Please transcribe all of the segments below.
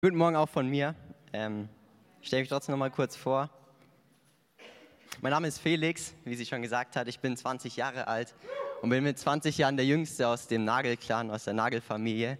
Guten Morgen auch von mir. Ich stelle mich trotzdem noch mal kurz vor. Mein Name ist Felix, wie sie schon gesagt hat. Ich bin 20 Jahre alt und bin mit 20 Jahren der Jüngste aus dem Nagel-Clan, aus der Nagelfamilie.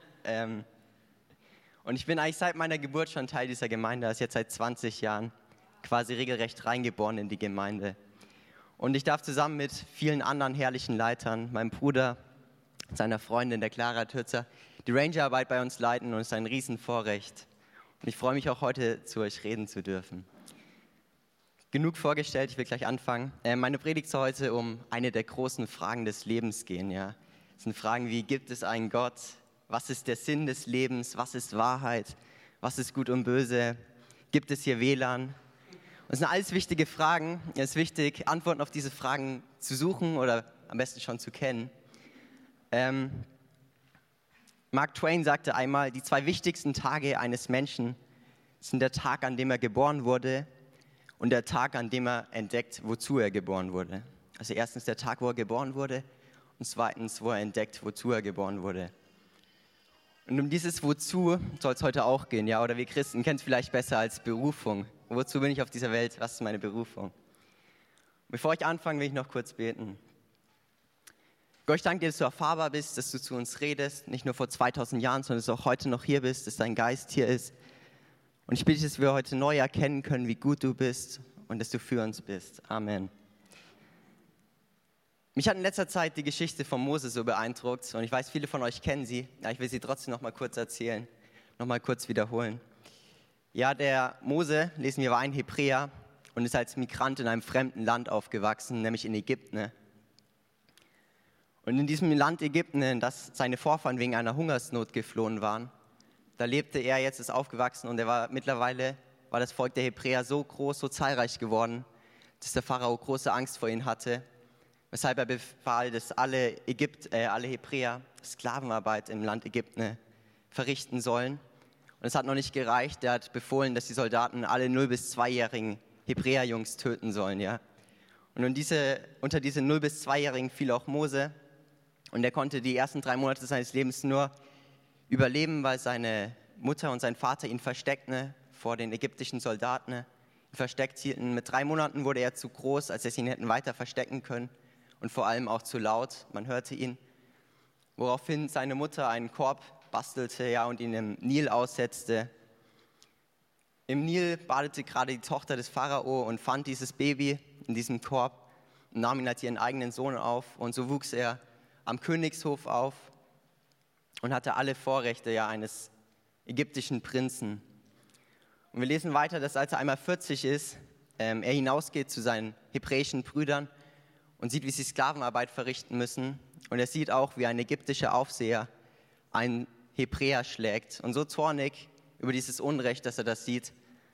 Und ich bin eigentlich seit meiner Geburt schon Teil dieser Gemeinde, also jetzt seit 20 Jahren quasi regelrecht reingeboren in die Gemeinde. Und ich darf zusammen mit vielen anderen herrlichen Leitern, meinem Bruder, seiner Freundin, der Clara Türzer, die Rangerarbeit bei uns leiten und es ist ein Riesenvorrecht. Und ich freue mich auch heute zu euch reden zu dürfen. Genug vorgestellt, ich will gleich anfangen. Meine Predigt soll heute um eine der großen Fragen des Lebens gehen. Ja. Es sind Fragen wie, gibt es einen Gott? Was ist der Sinn des Lebens? Was ist Wahrheit? Was ist Gut und Böse? Gibt es hier WLAN? Und es sind alles wichtige Fragen. Es ist wichtig, Antworten auf diese Fragen zu suchen oder am besten schon zu kennen. Mark Twain sagte einmal, die zwei wichtigsten Tage eines Menschen sind der Tag, an dem er geboren wurde und der Tag, an dem er entdeckt, wozu er geboren wurde. Also erstens der Tag, wo er geboren wurde und zweitens, wo er entdeckt, wozu er geboren wurde. Und um dieses Wozu soll es heute auch gehen, ja? Oder wir Christen kennen es vielleicht besser als Berufung. Wozu bin ich auf dieser Welt? Was ist meine Berufung? Bevor ich anfange, will ich noch kurz beten. Gott, ich danke dir, dass du erfahrbar bist, dass du zu uns redest, nicht nur vor 2000 Jahren, sondern dass du auch heute noch hier bist, dass dein Geist hier ist. Und ich bitte, dass wir heute neu erkennen können, wie gut du bist und dass du für uns bist. Amen. Mich hat in letzter Zeit die Geschichte von Mose so beeindruckt und ich weiß, viele von euch kennen sie. Ja, ich will sie trotzdem noch mal kurz erzählen, noch mal kurz wiederholen. Ja, der Mose, lesen wir, war ein Hebräer und ist als Migrant in einem fremden Land aufgewachsen, nämlich in Ägypten. Und in diesem Land Ägypten, in das seine Vorfahren wegen einer Hungersnot geflohen waren, da lebte er, jetzt ist aufgewachsen und mittlerweile war das Volk der Hebräer so groß, so zahlreich geworden, dass der Pharao große Angst vor ihnen hatte, weshalb er befahl, dass alle Hebräer Sklavenarbeit im Land Ägypten verrichten sollen. Und es hat noch nicht gereicht, er hat befohlen, dass die Soldaten alle 0- bis 2-jährigen Hebräerjungs töten sollen. Ja? Und unter diese 0- bis 2-jährigen fiel auch Mose. Und er konnte die ersten 3 Monate seines Lebens nur überleben, weil seine Mutter und sein Vater ihn versteckten vor den ägyptischen Soldaten. Ihn versteckt hielten. Mit 3 Monaten wurde er zu groß, als sie ihn hätten weiter verstecken können. Und vor allem auch zu laut. Man hörte ihn. Woraufhin seine Mutter einen Korb bastelte, ja, und ihn im Nil aussetzte. Im Nil badete gerade die Tochter des Pharao und fand dieses Baby in diesem Korb und nahm ihn als ihren eigenen Sohn auf. Und so wuchs er am Königshof auf und hatte alle Vorrechte, ja, eines ägyptischen Prinzen. Und wir lesen weiter, dass als er einmal 40 ist, er hinausgeht zu seinen hebräischen Brüdern und sieht, wie sie Sklavenarbeit verrichten müssen. Und er sieht auch, wie ein ägyptischer Aufseher einen Hebräer schlägt. Und so zornig über dieses Unrecht, dass er das sieht,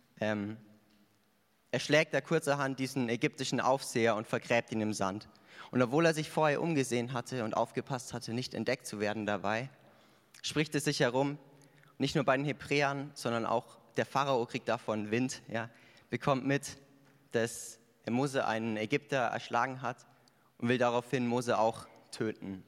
erschlägt er kurzerhand diesen ägyptischen Aufseher und vergräbt ihn im Sand. Und obwohl er sich vorher umgesehen hatte und aufgepasst hatte, nicht entdeckt zu werden dabei, spricht es sich herum, nicht nur bei den Hebräern, sondern auch der Pharao kriegt davon Wind, ja, bekommt mit, dass Mose einen Ägypter erschlagen hat und will daraufhin Mose auch töten.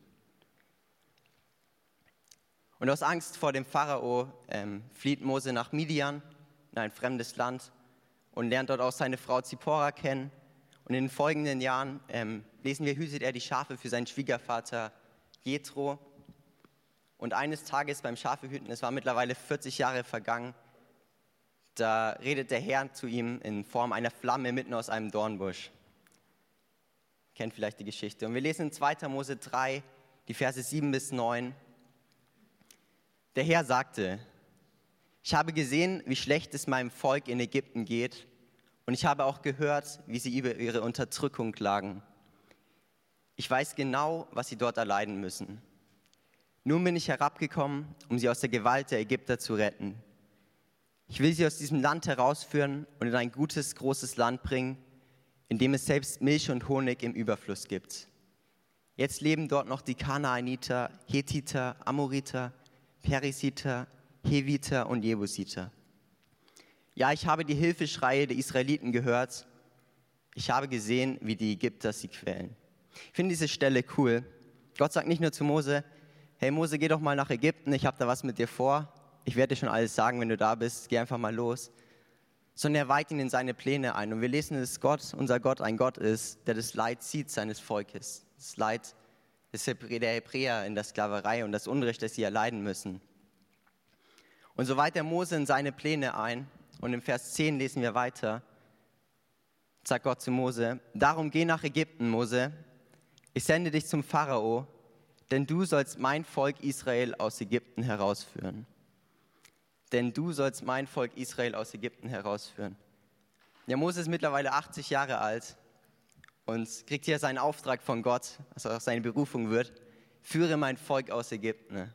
Und aus Angst vor dem Pharao flieht Mose nach Midian, in ein fremdes Land, und lernt dort auch seine Frau Zipporah kennen. Und in den folgenden Jahren lesen wir, hütet er die Schafe für seinen Schwiegervater Jethro. Und eines Tages beim Schafehüten, es war mittlerweile 40 Jahre vergangen, da redet der Herr zu ihm in Form einer Flamme mitten aus einem Dornbusch. Kennt vielleicht die Geschichte. Und wir lesen in 2. Mose 3, die Verse 7 bis 9. Der Herr sagte: Ich habe gesehen, wie schlecht es meinem Volk in Ägypten geht, und ich habe auch gehört, wie sie über ihre Unterdrückung klagen. Ich weiß genau, was sie dort erleiden müssen. Nun bin ich herabgekommen, um sie aus der Gewalt der Ägypter zu retten. Ich will sie aus diesem Land herausführen und in ein gutes, großes Land bringen, in dem es selbst Milch und Honig im Überfluss gibt. Jetzt leben dort noch die Kanaaniter, Hethiter, Amoriter, Perisiter, Heviter und Jebusiter. Ja, ich habe die Hilfeschreie der Israeliten gehört. Ich habe gesehen, wie die Ägypter sie quälen. Ich finde diese Stelle cool. Gott sagt nicht nur zu Mose, hey Mose, geh doch mal nach Ägypten, ich habe da was mit dir vor. ich werde dir schon alles sagen, wenn du da bist, geh einfach mal los. Sondern er weiht ihn in seine Pläne ein. Und wir lesen, dass Gott, unser Gott, ein Gott ist, der das Leid sieht seines Volkes. Das Leid der Hebräer in der Sklaverei und das Unrecht, das sie erleiden müssen. Und so weiht der Mose in seine Pläne ein. Und im Vers 10 lesen wir weiter. Sagt Gott zu Mose: Darum geh nach Ägypten, Mose. Ich sende dich zum Pharao, denn du sollst mein Volk Israel aus Ägypten herausführen. Denn du sollst mein Volk Israel aus Ägypten herausführen. Ja, Mose ist mittlerweile 80 Jahre alt und kriegt hier seinen Auftrag von Gott, was auch seine Berufung wird: Führe mein Volk aus Ägypten.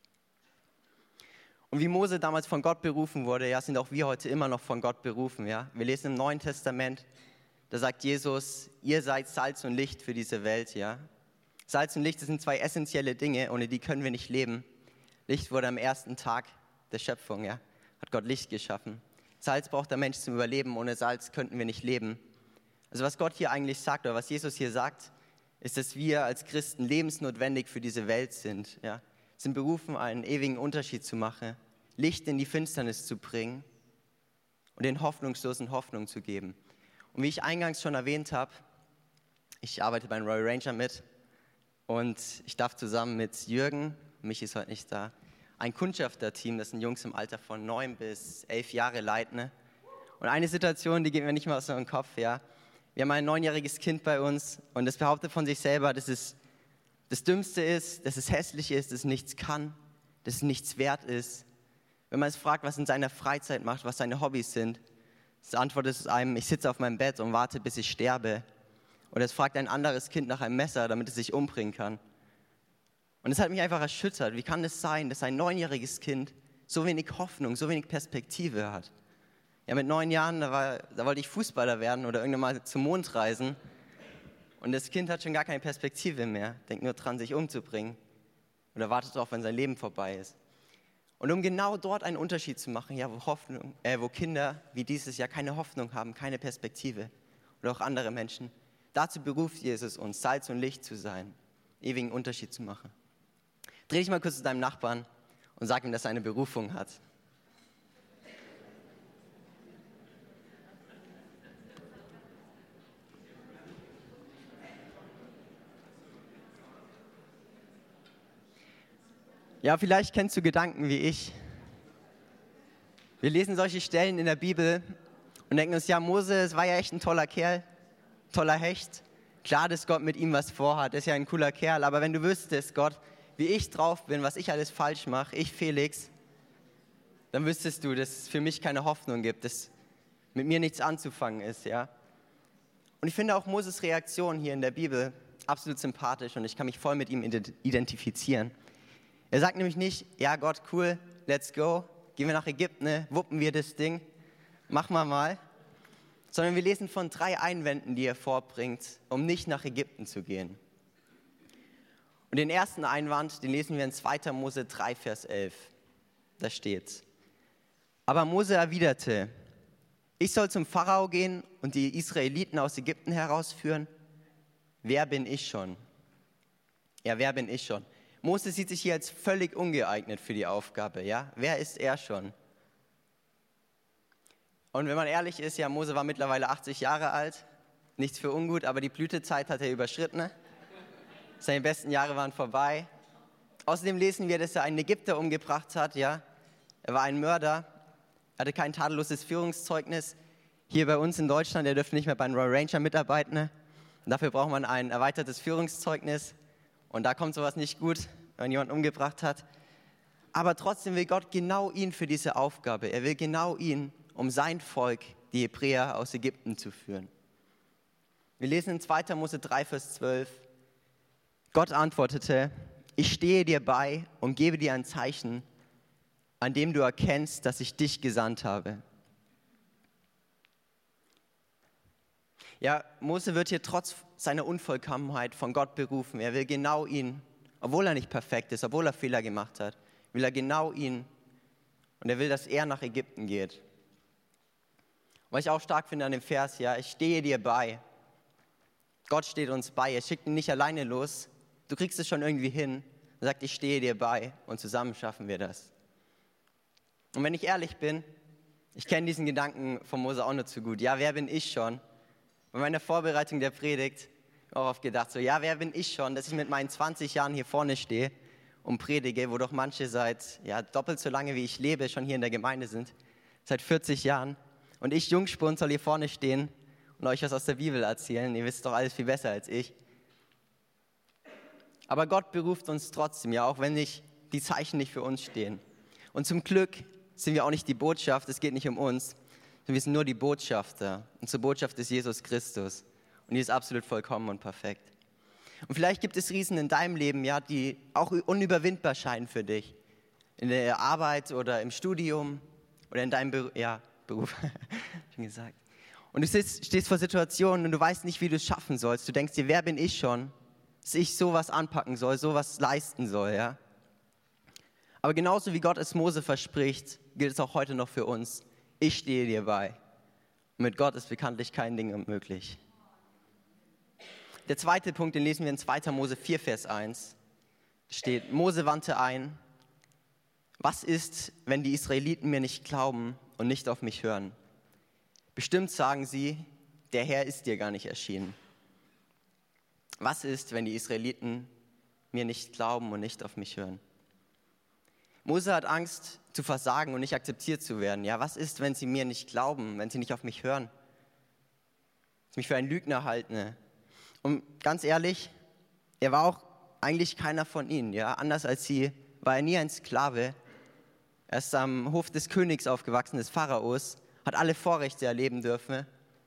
Und wie Mose damals von Gott berufen wurde, ja, sind auch wir heute immer noch von Gott berufen. Ja? Wir lesen im Neuen Testament, da sagt Jesus: Ihr seid Salz und Licht für diese Welt. Ja? Salz und Licht, das sind zwei essentielle Dinge, ohne die können wir nicht leben. Licht wurde am ersten Tag der Schöpfung, ja, hat Gott Licht geschaffen. Salz braucht der Mensch zum Überleben, ohne Salz könnten wir nicht leben. Also was Gott hier eigentlich sagt, oder was Jesus hier sagt, ist, dass wir als Christen lebensnotwendig für diese Welt sind. Ja. Sind berufen, einen ewigen Unterschied zu machen, Licht in die Finsternis zu bringen und den Hoffnungslosen Hoffnung zu geben. Und wie ich eingangs schon erwähnt habe, ich arbeite beim Royal Ranger mit und ich darf zusammen mit Jürgen, Michi ist heute nicht da, ein Kundschafterteam, das sind Jungs im Alter von 9 bis 11 Jahre leiten. Und eine Situation, die geht mir nicht mehr aus dem Kopf, ja. Wir haben ein 9-jähriges Kind bei uns und das behauptet von sich selber, dass es das Dümmste ist, dass es hässlich ist, dass es nichts kann, dass es nichts wert ist. Wenn man es fragt, was in seiner Freizeit macht, was seine Hobbys sind, das antwortet es einem: Ich sitze auf meinem Bett und warte, bis ich sterbe. Oder es fragt ein anderes Kind nach einem Messer, damit es sich umbringen kann. Und es hat mich einfach erschüttert. Wie kann es sein, dass ein 9-jähriges Kind so wenig Hoffnung, so wenig Perspektive hat? Ja, mit 9 Jahren, da wollte ich Fußballer werden oder irgendwann mal zum Mond reisen. Und das Kind hat schon gar keine Perspektive mehr. Denkt nur dran, sich umzubringen. Oder wartet darauf, wenn sein Leben vorbei ist. Und um genau dort einen Unterschied zu machen, ja, wo Kinder wie dieses Jahr keine Hoffnung haben, keine Perspektive, oder auch andere Menschen, dazu beruft Jesus uns, Salz und Licht zu sein, ewigen Unterschied zu machen. Dreh dich mal kurz zu deinem Nachbarn und sag ihm, dass er eine Berufung hat. Ja, vielleicht kennst du Gedanken wie ich. Wir lesen solche Stellen in der Bibel und denken uns: Ja, Mose, es war ja echt ein toller Kerl, toller Hecht. Klar, dass Gott mit ihm was vorhat, ist ja ein cooler Kerl, aber wenn du wüsstest, Gott, wie ich drauf bin, was ich alles falsch mache, ich Felix, dann wüsstest du, dass es für mich keine Hoffnung gibt, dass mit mir nichts anzufangen ist, ja. Und ich finde auch Moses Reaktion hier in der Bibel absolut sympathisch und ich kann mich voll mit ihm identifizieren. Er sagt nämlich nicht: Ja Gott, cool, let's go, gehen wir nach Ägypten, ne? Wuppen wir das Ding, machen wir mal. Sondern wir lesen von 3 Einwänden, die er vorbringt, um nicht nach Ägypten zu gehen. Und den ersten Einwand, den lesen wir in 2. Mose 3, Vers 11. Da steht: Aber Mose erwiderte: Ich soll zum Pharao gehen und die Israeliten aus Ägypten herausführen? Wer bin ich schon? Ja, wer bin ich schon? Mose sieht sich hier als völlig ungeeignet für die Aufgabe, ja? Wer ist er schon? Und wenn man ehrlich ist, ja, Mose war mittlerweile 80 Jahre alt, nichts für ungut, aber die Blütezeit hat er überschritten. Seine besten Jahre waren vorbei. Außerdem lesen wir, dass er einen Ägypter umgebracht hat, ja? Er war ein Mörder, hatte kein tadelloses Führungszeugnis. Hier bei uns in Deutschland, er dürfte nicht mehr bei den Royal Ranger mitarbeiten. Und dafür braucht man ein erweitertes Führungszeugnis. Und da kommt sowas nicht gut, wenn man jemanden umgebracht hat. Aber trotzdem will Gott genau ihn für diese Aufgabe. Er will genau ihn, um sein Volk, die Hebräer, aus Ägypten zu führen. Wir lesen in 2. Mose 3, Vers 12. Gott antwortete: Ich stehe dir bei und gebe dir ein Zeichen, an dem du erkennst, dass ich dich gesandt habe. Ja, Mose wird hier trotz seiner Unvollkommenheit von Gott berufen. Er will genau ihn, obwohl er nicht perfekt ist, obwohl er Fehler gemacht hat, will er genau ihn und er will, dass er nach Ägypten geht. Was ich auch stark finde an dem Vers, ja, ich stehe dir bei. Gott steht uns bei, er schickt ihn nicht alleine los. Du kriegst es schon irgendwie hin. Er sagt: Ich stehe dir bei und zusammen schaffen wir das. Und wenn ich ehrlich bin, ich kenne diesen Gedanken von Mose auch nur zu gut. Ja, wer bin ich schon? Bei meiner Vorbereitung der Predigt habe ich oft gedacht, so, ja, wer bin ich schon, dass ich mit meinen 20 Jahren hier vorne stehe und predige, wo doch manche seit doppelt so lange wie ich lebe schon hier in der Gemeinde sind, seit 40 Jahren. Und ich, Jungspund, soll hier vorne stehen und euch was aus der Bibel erzählen. Ihr wisst doch alles viel besser als ich. Aber Gott beruft uns trotzdem, ja, auch wenn nicht die Zeichen nicht für uns stehen. Und zum Glück sind wir auch nicht die Botschaft, es geht nicht um uns, sondern wir sind nur die Botschafter. Unsere Botschaft ist Jesus Christus. Und die ist absolut vollkommen und perfekt. Und vielleicht gibt es Riesen in deinem Leben, ja, die auch unüberwindbar scheinen für dich. In der Arbeit oder im Studium oder in deinem Beruf, schon gesagt. Und du stehst vor Situationen und du weißt nicht, wie du es schaffen sollst. Du denkst dir, wer bin ich schon, dass ich sowas anpacken soll, sowas leisten soll, ja. Aber genauso wie Gott es Mose verspricht, gilt es auch heute noch für uns. Ich stehe dir bei. Und mit Gott ist bekanntlich kein Ding unmöglich. Der zweite Punkt, den lesen wir in 2. Mose 4, Vers 1. Steht, Mose wandte ein, was ist, wenn die Israeliten mir nicht glauben und nicht auf mich hören? Bestimmt sagen sie, der Herr ist dir gar nicht erschienen. Was ist, wenn die Israeliten mir nicht glauben und nicht auf mich hören? Mose hat Angst zu versagen und nicht akzeptiert zu werden. Ja, was ist, wenn sie mir nicht glauben, wenn sie nicht auf mich hören? Sie mich für einen Lügner halten. Und ganz ehrlich, er war auch eigentlich keiner von ihnen. Ja, anders als sie war er nie ein Sklave. Er ist am Hof des Königs aufgewachsen, des Pharaos, hat alle Vorrechte erleben dürfen,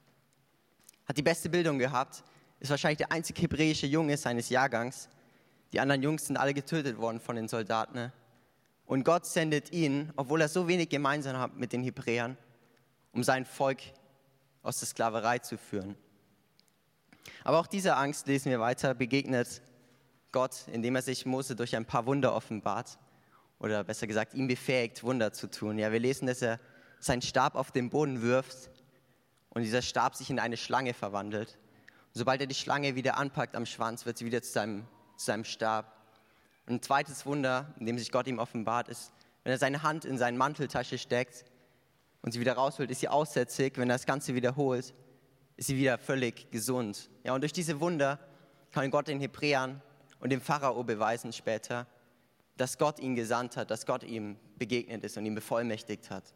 hat die beste Bildung gehabt, ist wahrscheinlich der einzige hebräische Junge seines Jahrgangs. Die anderen Jungs sind alle getötet worden von den Soldaten. Und Gott sendet ihn, obwohl er so wenig gemeinsam hat mit den Hebräern, um sein Volk aus der Sklaverei zu führen. Aber auch dieser Angst, lesen wir weiter, begegnet Gott, indem er sich Mose durch ein paar Wunder offenbart. Oder besser gesagt, ihn befähigt, Wunder zu tun. Ja, wir lesen, dass er seinen Stab auf den Boden wirft und dieser Stab sich in eine Schlange verwandelt. Und sobald er die Schlange wieder anpackt am Schwanz, wird sie wieder zu seinem Stab. Und ein zweites Wunder, in dem sich Gott ihm offenbart, ist, wenn er seine Hand in seine Manteltasche steckt und sie wieder rausholt, ist sie aussätzig. Wenn er das Ganze wiederholt, ist sie wieder völlig gesund. Ja, und durch diese Wunder kann Gott den Hebräern und dem Pharao beweisen später, dass Gott ihn gesandt hat, dass Gott ihm begegnet ist und ihn bevollmächtigt hat.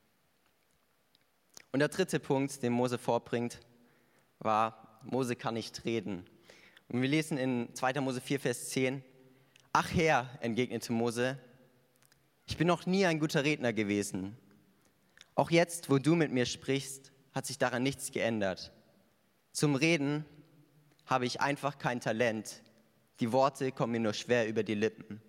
Und der dritte Punkt, den Mose vorbringt, war, Mose kann nicht reden. Und wir lesen in 2. Mose 4, Vers 10, ach Herr, entgegnete Mose, ich bin noch nie ein guter Redner gewesen. Auch jetzt, wo du mit mir sprichst, hat sich daran nichts geändert. Zum Reden habe ich einfach kein Talent. Die Worte kommen mir nur schwer über die Lippen.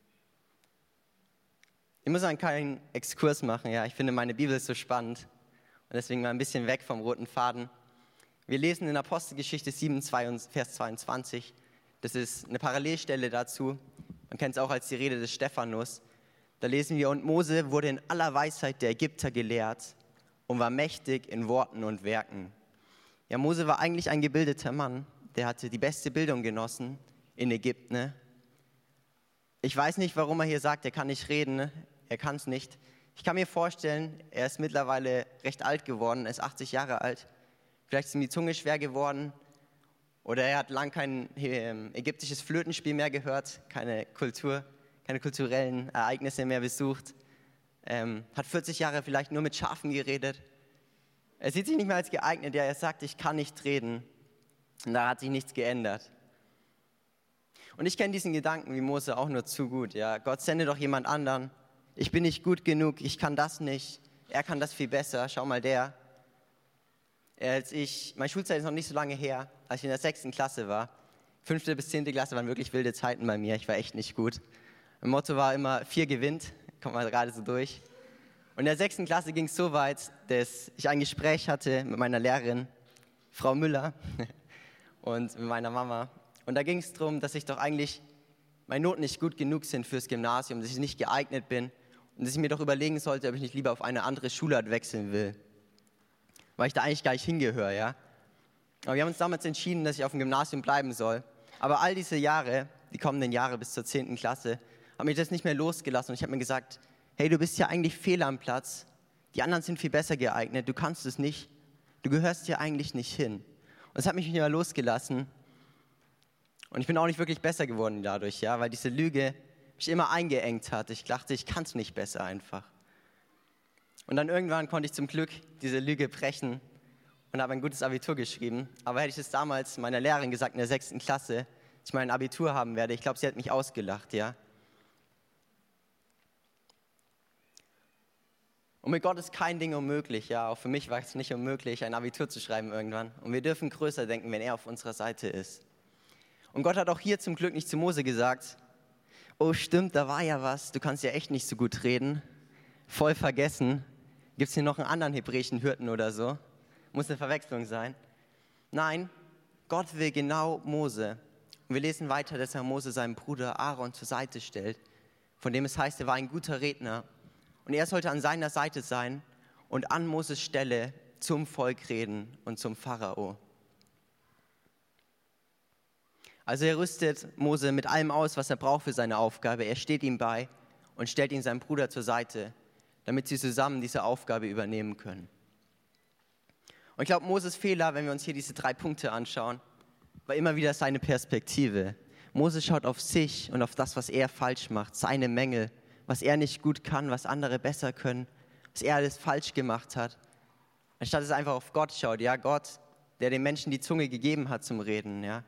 Ich muss einen kleinen Exkurs machen. Ja, ich finde, meine Bibel ist so spannend. Und deswegen mal ein bisschen weg vom roten Faden. Wir lesen in Apostelgeschichte 7, Vers 22. Das ist eine Parallelstelle dazu. Man kennt es auch als die Rede des Stephanus. Da lesen wir, und Mose wurde in aller Weisheit der Ägypter gelehrt und war mächtig in Worten und Werken. Ja, Mose war eigentlich ein gebildeter Mann. Der hatte die beste Bildung genossen in Ägypten. Ne? Ich weiß nicht, warum er hier sagt, er kann nicht reden. Ne? Er kann es nicht. Ich kann mir vorstellen, er ist mittlerweile recht alt geworden. Er ist 80 Jahre alt. Vielleicht ist ihm die Zunge schwer geworden. Oder er hat lang kein ägyptisches Flötenspiel mehr gehört, keine kulturellen Ereignisse mehr besucht. Hat 40 Jahre vielleicht nur mit Schafen geredet. Er sieht sich nicht mehr als geeignet. Ja, er sagt, ich kann nicht reden. Und da hat sich nichts geändert. Und ich kenne diesen Gedanken wie Mose auch nur zu gut. Ja, Gott sende doch jemand anderen. Ich bin nicht gut genug, ich kann das nicht. Er kann das viel besser. Schau mal, meine Schulzeit ist noch nicht so lange her, als ich in der 6. Klasse war. 5. bis 10. Klasse waren wirklich wilde Zeiten bei mir. Ich war echt nicht gut. Mein Motto war immer, 4 gewinnt. Kommt mal gerade so durch. Und in der 6. Klasse ging es so weit, dass ich ein Gespräch hatte mit meiner Lehrerin, Frau Müller, und mit meiner Mama. Und da ging es darum, dass ich doch eigentlich meine Noten nicht gut genug sind fürs Gymnasium, dass ich nicht geeignet bin und dass ich mir doch überlegen sollte, ob ich nicht lieber auf eine andere Schulart wechseln will. Weil ich da eigentlich gar nicht hingehöre, ja. Aber wir haben uns damals entschieden, dass ich auf dem Gymnasium bleiben soll. Aber all diese Jahre, die kommenden Jahre bis zur 10. Klasse, haben mich das nicht mehr losgelassen. Und ich habe mir gesagt, hey, du bist ja eigentlich fehl am Platz, die anderen sind viel besser geeignet, du kannst es nicht, du gehörst hier eigentlich nicht hin. Und das hat mich nicht mehr losgelassen und ich bin auch nicht wirklich besser geworden dadurch, ja, weil diese Lüge mich immer eingeengt hat. Ich dachte, ich kann es nicht besser einfach. Und dann irgendwann konnte ich zum Glück diese Lüge brechen und habe ein gutes Abitur geschrieben. Aber hätte ich es damals meiner Lehrerin gesagt in der 6. Klasse, dass ich mein Abitur haben werde, ich glaube, sie hätte mich ausgelacht, ja. Und mit Gott ist kein Ding unmöglich, ja. Auch für mich war es nicht unmöglich, ein Abitur zu schreiben irgendwann. Und wir dürfen größer denken, wenn er auf unserer Seite ist. Und Gott hat auch hier zum Glück nicht zu Mose gesagt, oh stimmt, da war ja was, du kannst ja echt nicht so gut reden, voll vergessen. Gibt es hier noch einen anderen hebräischen Hirten oder so? Muss eine Verwechslung sein. Nein, Gott will genau Mose. Und wir lesen weiter, dass er Mose seinem Bruder Aaron zur Seite stellt, von dem es heißt, er war ein guter Redner. Und er sollte an seiner Seite sein und an Moses Stelle zum Volk reden und zum Pharao. Also er rüstet Mose mit allem aus, was er braucht für seine Aufgabe. Er steht ihm bei und stellt ihn seinem Bruder zur Seite, damit sie zusammen diese Aufgabe übernehmen können. Und ich glaube, Moses Fehler, wenn wir uns hier diese 3 Punkte anschauen, war immer wieder seine Perspektive. Mose schaut auf sich und auf das, was er falsch macht, seine Mängel, was er nicht gut kann, was andere besser können, was er alles falsch gemacht hat. Anstatt dass er einfach auf Gott schaut, ja, Gott, der den Menschen die Zunge gegeben hat zum Reden, ja.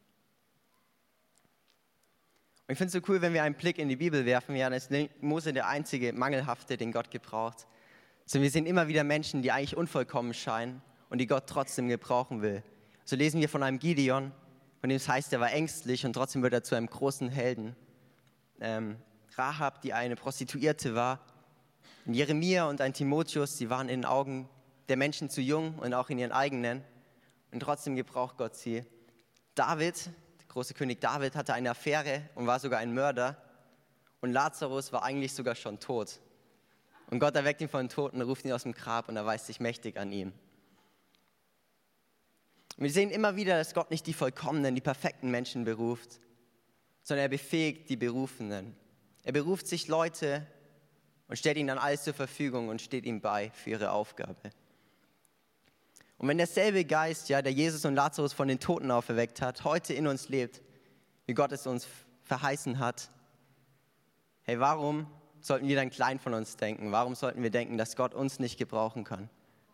Und ich finde es so cool, wenn wir einen Blick in die Bibel werfen, ja, dann ist Mose der einzige Mangelhafte, den Gott gebraucht. Also wir sehen immer wieder Menschen, die eigentlich unvollkommen scheinen und die Gott trotzdem gebrauchen will. So lesen wir von einem Gideon, von dem es heißt, er war ängstlich und trotzdem wird er zu einem großen Helden. Rahab, die eine Prostituierte war. Und Jeremia und ein Timotheus, die waren in den Augen der Menschen zu jung und auch in ihren eigenen. Und trotzdem gebraucht Gott sie. David, der große König David, hatte eine Affäre und war sogar ein Mörder. Und Lazarus war eigentlich sogar schon tot. Und Gott erweckt ihn von den Toten, ruft ihn aus dem Grab und erweist sich mächtig an ihm. Und wir sehen immer wieder, dass Gott nicht die vollkommenen, die perfekten Menschen beruft, sondern er befähigt die Berufenen. Er beruft sich Leute und stellt ihnen dann alles zur Verfügung und steht ihnen bei für ihre Aufgabe. Und wenn derselbe Geist, ja, der Jesus und Lazarus von den Toten auferweckt hat, heute in uns lebt, wie Gott es uns verheißen hat, hey, warum sollten wir dann klein von uns denken? Warum sollten wir denken, dass Gott uns nicht gebrauchen kann?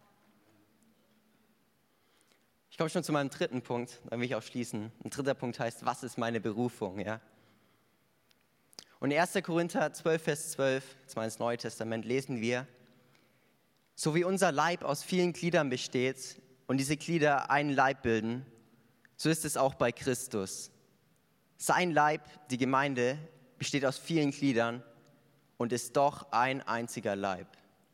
Ich komme schon zu meinem 3. Punkt, dann will ich auch schließen. Ein 3. Punkt heißt, was ist meine Berufung? Ja? Und in 1. Korinther 12, Vers 12, jetzt mal ins Neue Testament, lesen wir, so wie unser Leib aus vielen Gliedern besteht und diese Glieder einen Leib bilden, so ist es auch bei Christus. Sein Leib, die Gemeinde, besteht aus vielen Gliedern und ist doch ein einziger Leib.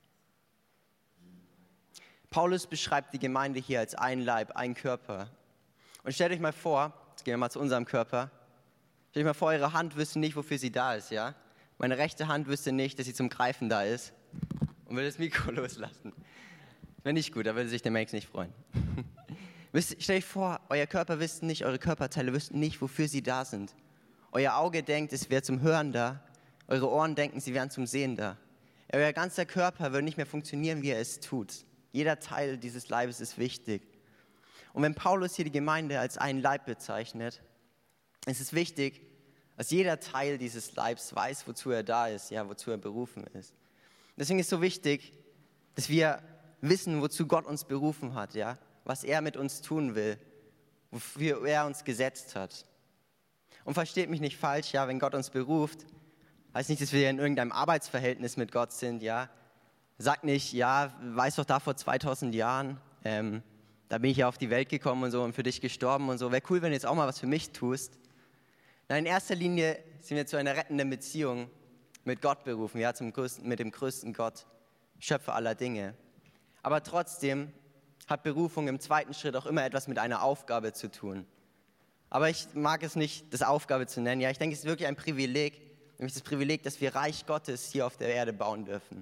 Paulus beschreibt die Gemeinde hier als ein Leib, ein Körper. Und stellt euch mal vor, jetzt gehen wir mal zu unserem Körper, stellt euch mal vor, eure Hand wüsste nicht, wofür sie da ist, ja? Meine rechte Hand wüsste nicht, dass sie zum Greifen da ist und würde das Mikro loslassen. Wäre nicht gut, da würde sich der Max nicht freuen. Stellt euch vor, euer Körper wüsste nicht, eure Körperteile wüssten nicht, wofür sie da sind. Euer Auge denkt, es wäre zum Hören da. Eure Ohren denken, sie wären zum Sehen da. Euer ganzer Körper würde nicht mehr funktionieren, wie er es tut. Jeder Teil dieses Leibes ist wichtig. Und wenn Paulus hier die Gemeinde als einen Leib bezeichnet, ist es wichtig, dass jeder Teil dieses Leibs weiß, wozu er da ist, ja, wozu er berufen ist. Deswegen ist es so wichtig, dass wir wissen, wozu Gott uns berufen hat, ja, was er mit uns tun will, wofür er uns gesetzt hat. Und versteht mich nicht falsch, ja, wenn Gott uns beruft, heißt nicht, dass wir in irgendeinem Arbeitsverhältnis mit Gott sind, ja. Sagt nicht, ja, weißt doch, da vor 2000 Jahren, da bin ich ja auf die Welt gekommen und so und für dich gestorben und so. Wäre cool, wenn du jetzt auch mal was für mich tust. Nein, in erster Linie sind wir zu einer rettenden Beziehung mit Gott berufen, ja, mit dem größten Gott, Schöpfer aller Dinge. Aber trotzdem hat Berufung im 2. Schritt auch immer etwas mit einer Aufgabe zu tun. Aber ich mag es nicht, das Aufgabe zu nennen. Ja, ich denke, es ist wirklich ein Privileg, nämlich das Privileg, dass wir Reich Gottes hier auf der Erde bauen dürfen.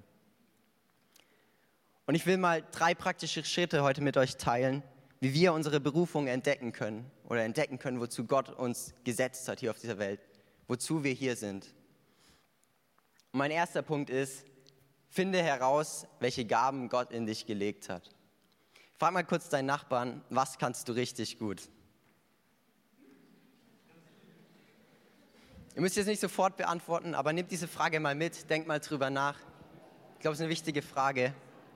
Und ich will mal 3 praktische Schritte heute mit euch teilen, wie wir unsere Berufung entdecken können oder entdecken können, wozu Gott uns gesetzt hat hier auf dieser Welt, wozu wir hier sind. Und mein erster Punkt ist, finde heraus, welche Gaben Gott in dich gelegt hat. Frag mal kurz deinen Nachbarn, was kannst du richtig gut? Ihr müsst jetzt nicht sofort beantworten, aber nehmt diese Frage mal mit, denkt mal drüber nach. Ich glaube, es ist eine wichtige Frage.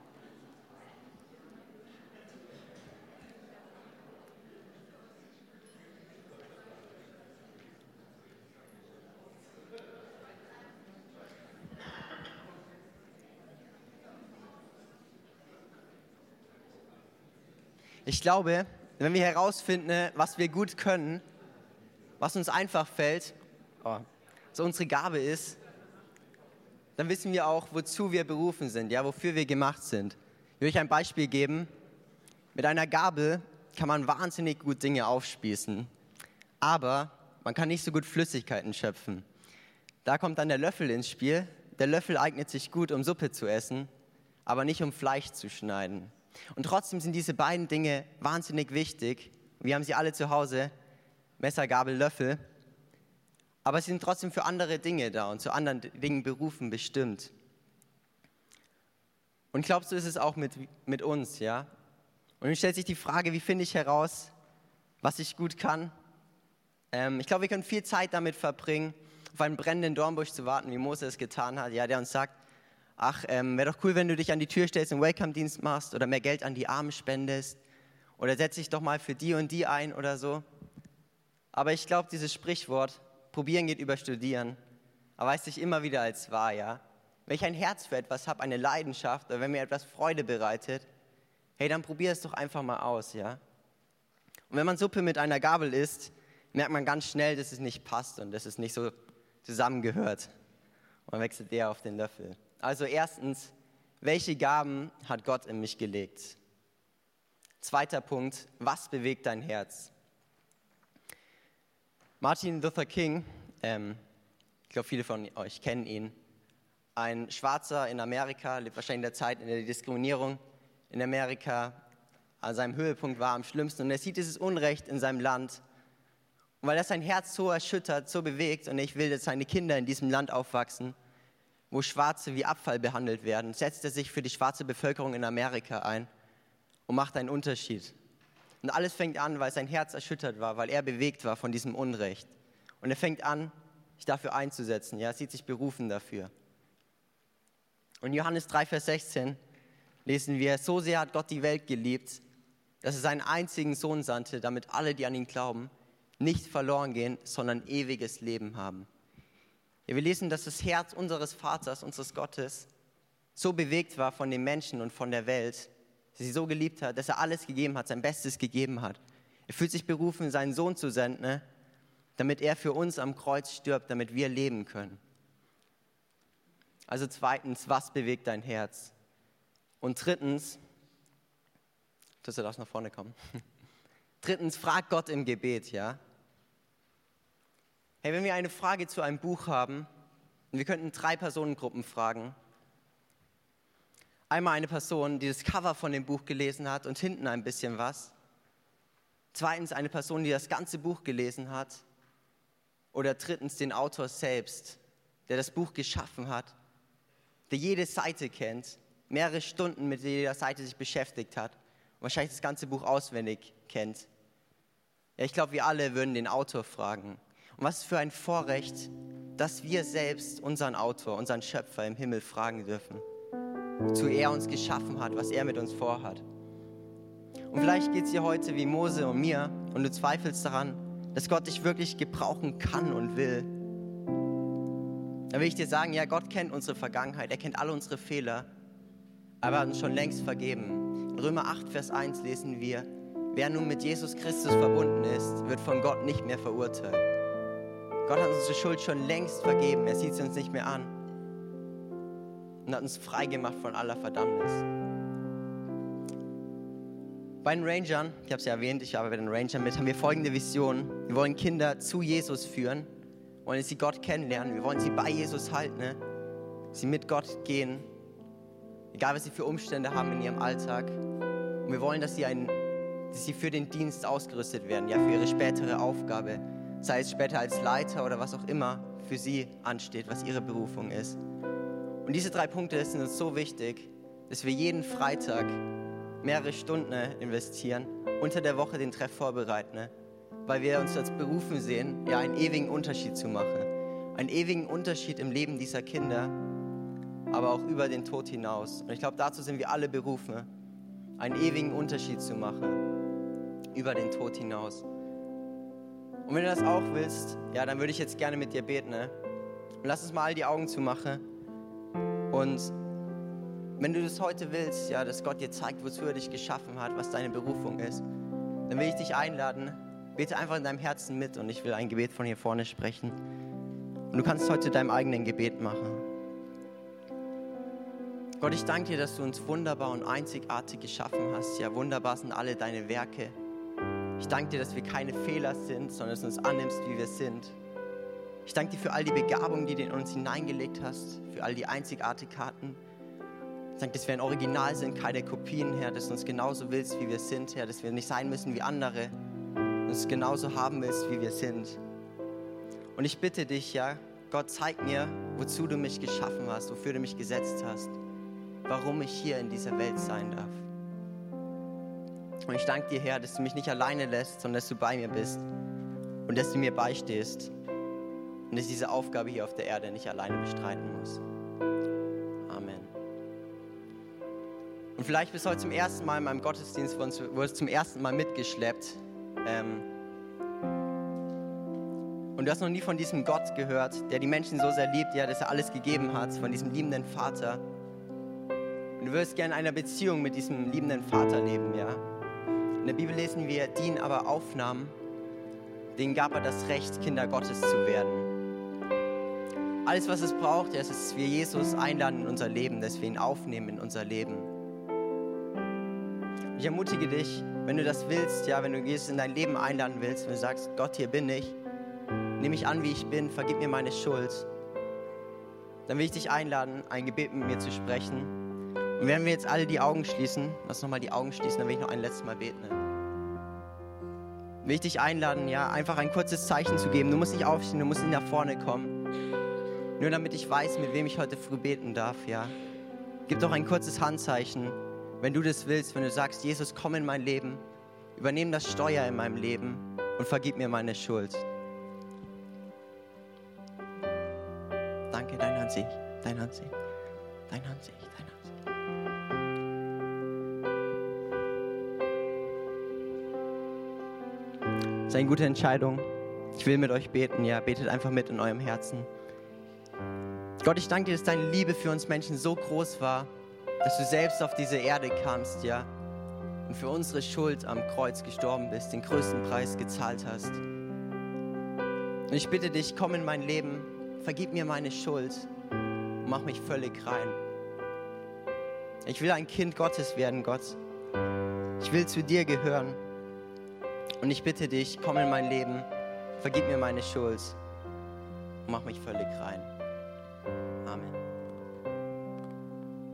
Ich glaube, wenn wir herausfinden, was wir gut können, was uns einfach fällt, so unsere Gabe ist, dann wissen wir auch, wozu wir berufen sind, ja, wofür wir gemacht sind. Ich will euch ein Beispiel geben. Mit einer Gabel kann man wahnsinnig gut Dinge aufspießen, aber man kann nicht so gut Flüssigkeiten schöpfen. Da kommt dann der Löffel ins Spiel. Der Löffel eignet sich gut, um Suppe zu essen, aber nicht um Fleisch zu schneiden. Und trotzdem sind diese beiden Dinge wahnsinnig wichtig. Wir haben sie alle zu Hause, Messer, Gabel, Löffel. Aber sie sind trotzdem für andere Dinge da und zu anderen Dingen berufen bestimmt. Und glaubst du, ist es auch mit uns, ja? Und dann stellt sich die Frage, wie finde ich heraus, was ich gut kann? Ich glaube, wir können viel Zeit damit verbringen, auf einen brennenden Dornbusch zu warten, wie Mose es getan hat, ja, der uns sagt, wäre doch cool, wenn du dich an die Tür stellst und Welcome-Dienst machst oder mehr Geld an die Armen spendest oder setz dich doch mal für die und die ein oder so. Aber ich glaube, dieses Sprichwort, probieren geht über studieren, erweist sich immer wieder als wahr, ja. Wenn ich ein Herz für etwas habe, eine Leidenschaft oder wenn mir etwas Freude bereitet, hey, dann probier es doch einfach mal aus, ja. Und wenn man Suppe mit einer Gabel isst, merkt man ganz schnell, dass es nicht passt und dass es nicht so zusammengehört. Und man wechselt eher auf den Löffel. Also erstens, welche Gaben hat Gott in mich gelegt? Zweiter Punkt, was bewegt dein Herz? Martin Luther King, ich glaube, viele von euch kennen ihn, ein Schwarzer in Amerika, lebt wahrscheinlich in der Zeit, in der die Diskriminierung in Amerika an seinem Höhepunkt war, am schlimmsten. Und er sieht dieses Unrecht in seinem Land. Und weil das sein Herz so erschüttert, so bewegt, und ich will, dass seine Kinder in diesem Land aufwachsen, wo Schwarze wie Abfall behandelt werden, setzt er sich für die schwarze Bevölkerung in Amerika ein und macht einen Unterschied. Und alles fängt an, weil sein Herz erschüttert war, weil er bewegt war von diesem Unrecht. Und er fängt an, sich dafür einzusetzen. Ja, er sieht sich berufen dafür. Und in Johannes 3, Vers 16 lesen wir, so sehr hat Gott die Welt geliebt, dass er seinen einzigen Sohn sandte, damit alle, die an ihn glauben, nicht verloren gehen, sondern ewiges Leben haben. Ja, wir lesen, dass das Herz unseres Vaters, unseres Gottes, so bewegt war von den Menschen und von der Welt, dass er sie so geliebt hat, dass er alles gegeben hat, sein Bestes gegeben hat. Er fühlt sich berufen, seinen Sohn zu senden, damit er für uns am Kreuz stirbt, damit wir leben können. Also zweitens, was bewegt dein Herz? Und drittens, du darfst nach vorne kommen. Drittens, frag Gott im Gebet, ja? Hey, wenn wir eine Frage zu einem Buch haben, und wir könnten 3 Personengruppen fragen. Einmal eine Person, die das Cover von dem Buch gelesen hat und hinten ein bisschen was. Zweitens eine Person, die das ganze Buch gelesen hat. Oder drittens den Autor selbst, der das Buch geschaffen hat, der jede Seite kennt, mehrere Stunden mit jeder Seite sich beschäftigt hat und wahrscheinlich das ganze Buch auswendig kennt. Ja, ich glaube, wir alle würden den Autor fragen. Und was für ein Vorrecht, dass wir selbst unseren Autor, unseren Schöpfer im Himmel fragen dürfen, wozu er uns geschaffen hat, was er mit uns vorhat. Und vielleicht geht es dir heute wie Mose und mir und du zweifelst daran, dass Gott dich wirklich gebrauchen kann und will. Dann will ich dir sagen, ja, Gott kennt unsere Vergangenheit, er kennt alle unsere Fehler, aber er hat uns schon längst vergeben. In Römer 8, Vers 1 lesen wir, wer nun mit Jesus Christus verbunden ist, wird von Gott nicht mehr verurteilt. Gott hat unsere Schuld schon längst vergeben, er sieht sie uns nicht mehr an und hat uns frei gemacht von aller Verdammnis. Bei den Rangern, ich habe es ja erwähnt, ich arbeite bei den Rangern mit, haben wir folgende Vision. Wir wollen Kinder zu Jesus führen, wollen sie Gott kennenlernen, wir wollen sie bei Jesus halten, ne? Sie mit Gott gehen, egal was sie für Umstände haben in ihrem Alltag. Und wir wollen, dass sie für den Dienst ausgerüstet werden, ja, für ihre spätere Aufgabe, sei es später als Leiter oder was auch immer für sie ansteht, was ihre Berufung ist. Und diese 3 Punkte sind uns so wichtig, dass wir jeden Freitag mehrere Stunden investieren, unter der Woche den Treff vorbereiten, weil wir uns als berufen sehen, ja, einen ewigen Unterschied zu machen. Einen ewigen Unterschied im Leben dieser Kinder, aber auch über den Tod hinaus. Und ich glaube, dazu sind wir alle berufen, einen ewigen Unterschied zu machen, über den Tod hinaus. Und wenn du das auch willst, ja, dann würde ich jetzt gerne mit dir beten. Und lass uns mal all die Augen zumachen. Und wenn du das heute willst, ja, dass Gott dir zeigt, wozu er dich geschaffen hat, was deine Berufung ist, dann will ich dich einladen, bete einfach in deinem Herzen mit und ich will ein Gebet von hier vorne sprechen. Und du kannst heute deinem eigenen Gebet machen. Gott, ich danke dir, dass du uns wunderbar und einzigartig geschaffen hast. Ja, wunderbar sind alle deine Werke. Ich danke dir, dass wir keine Fehler sind, sondern dass du uns annimmst, wie wir sind. Ich danke dir für all die Begabungen, die du in uns hineingelegt hast, für all die Einzigartigkeiten. Ich danke, dass wir ein Original sind, keine Kopien, Herr, dass du uns genauso willst, wie wir sind, Herr, dass wir nicht sein müssen wie andere, dass du uns genauso haben willst, wie wir sind. Und ich bitte dich, ja, Gott, zeig mir, wozu du mich geschaffen hast, wofür du mich gesetzt hast, warum ich hier in dieser Welt sein darf. Und ich danke dir, Herr, dass du mich nicht alleine lässt, sondern dass du bei mir bist und dass du mir beistehst und dass ich diese Aufgabe hier auf der Erde nicht alleine bestreiten muss. Amen. Und vielleicht bist du heute zum ersten Mal in meinem Gottesdienst, wurdest zum ersten Mal mitgeschleppt. Und du hast noch nie von diesem Gott gehört, der die Menschen so sehr liebt, ja, dass er alles gegeben hat, von diesem liebenden Vater. Und du würdest gerne in einer Beziehung mit diesem liebenden Vater leben, ja. In der Bibel lesen wir, die ihn aber aufnahmen, denen gab er das Recht, Kinder Gottes zu werden. Alles, was es braucht, ist, dass wir Jesus einladen in unser Leben, dass wir ihn aufnehmen in unser Leben. Ich ermutige dich, wenn du das willst, ja, wenn du Jesus in dein Leben einladen willst, wenn du sagst, Gott, hier bin ich, nimm mich an, wie ich bin, vergib mir meine Schuld, dann will ich dich einladen, ein Gebet mit mir zu sprechen. Und wenn wir jetzt alle die Augen schließen, lass nochmal die Augen schließen, dann will ich noch ein letztes Mal beten. Will ich dich einladen, ja, einfach ein kurzes Zeichen zu geben. Du musst nicht aufstehen, du musst nicht nach vorne kommen. Nur damit ich weiß, mit wem ich heute früh beten darf, ja. Gib doch ein kurzes Handzeichen, wenn du das willst, wenn du sagst, Jesus, komm in mein Leben, übernimm das Steuer in meinem Leben und vergib mir meine Schuld. Danke, dein Hand sehe ich, dein Hand sehe ich, dein Hand sehe ich, dein Hand sehe ich. Das ist eine gute Entscheidung. Ich will mit euch beten, ja, betet einfach mit in eurem Herzen. Gott, ich danke dir, dass deine Liebe für uns Menschen so groß war, dass du selbst auf diese Erde kamst, ja, und für unsere Schuld am Kreuz gestorben bist, den größten Preis gezahlt hast. Und ich bitte dich, komm in mein Leben, vergib mir meine Schuld und mach mich völlig rein. Ich will ein Kind Gottes werden, Gott. Ich will zu dir gehören. Und ich bitte dich, komm in mein Leben, vergib mir meine Schuld und mach mich völlig rein. Amen.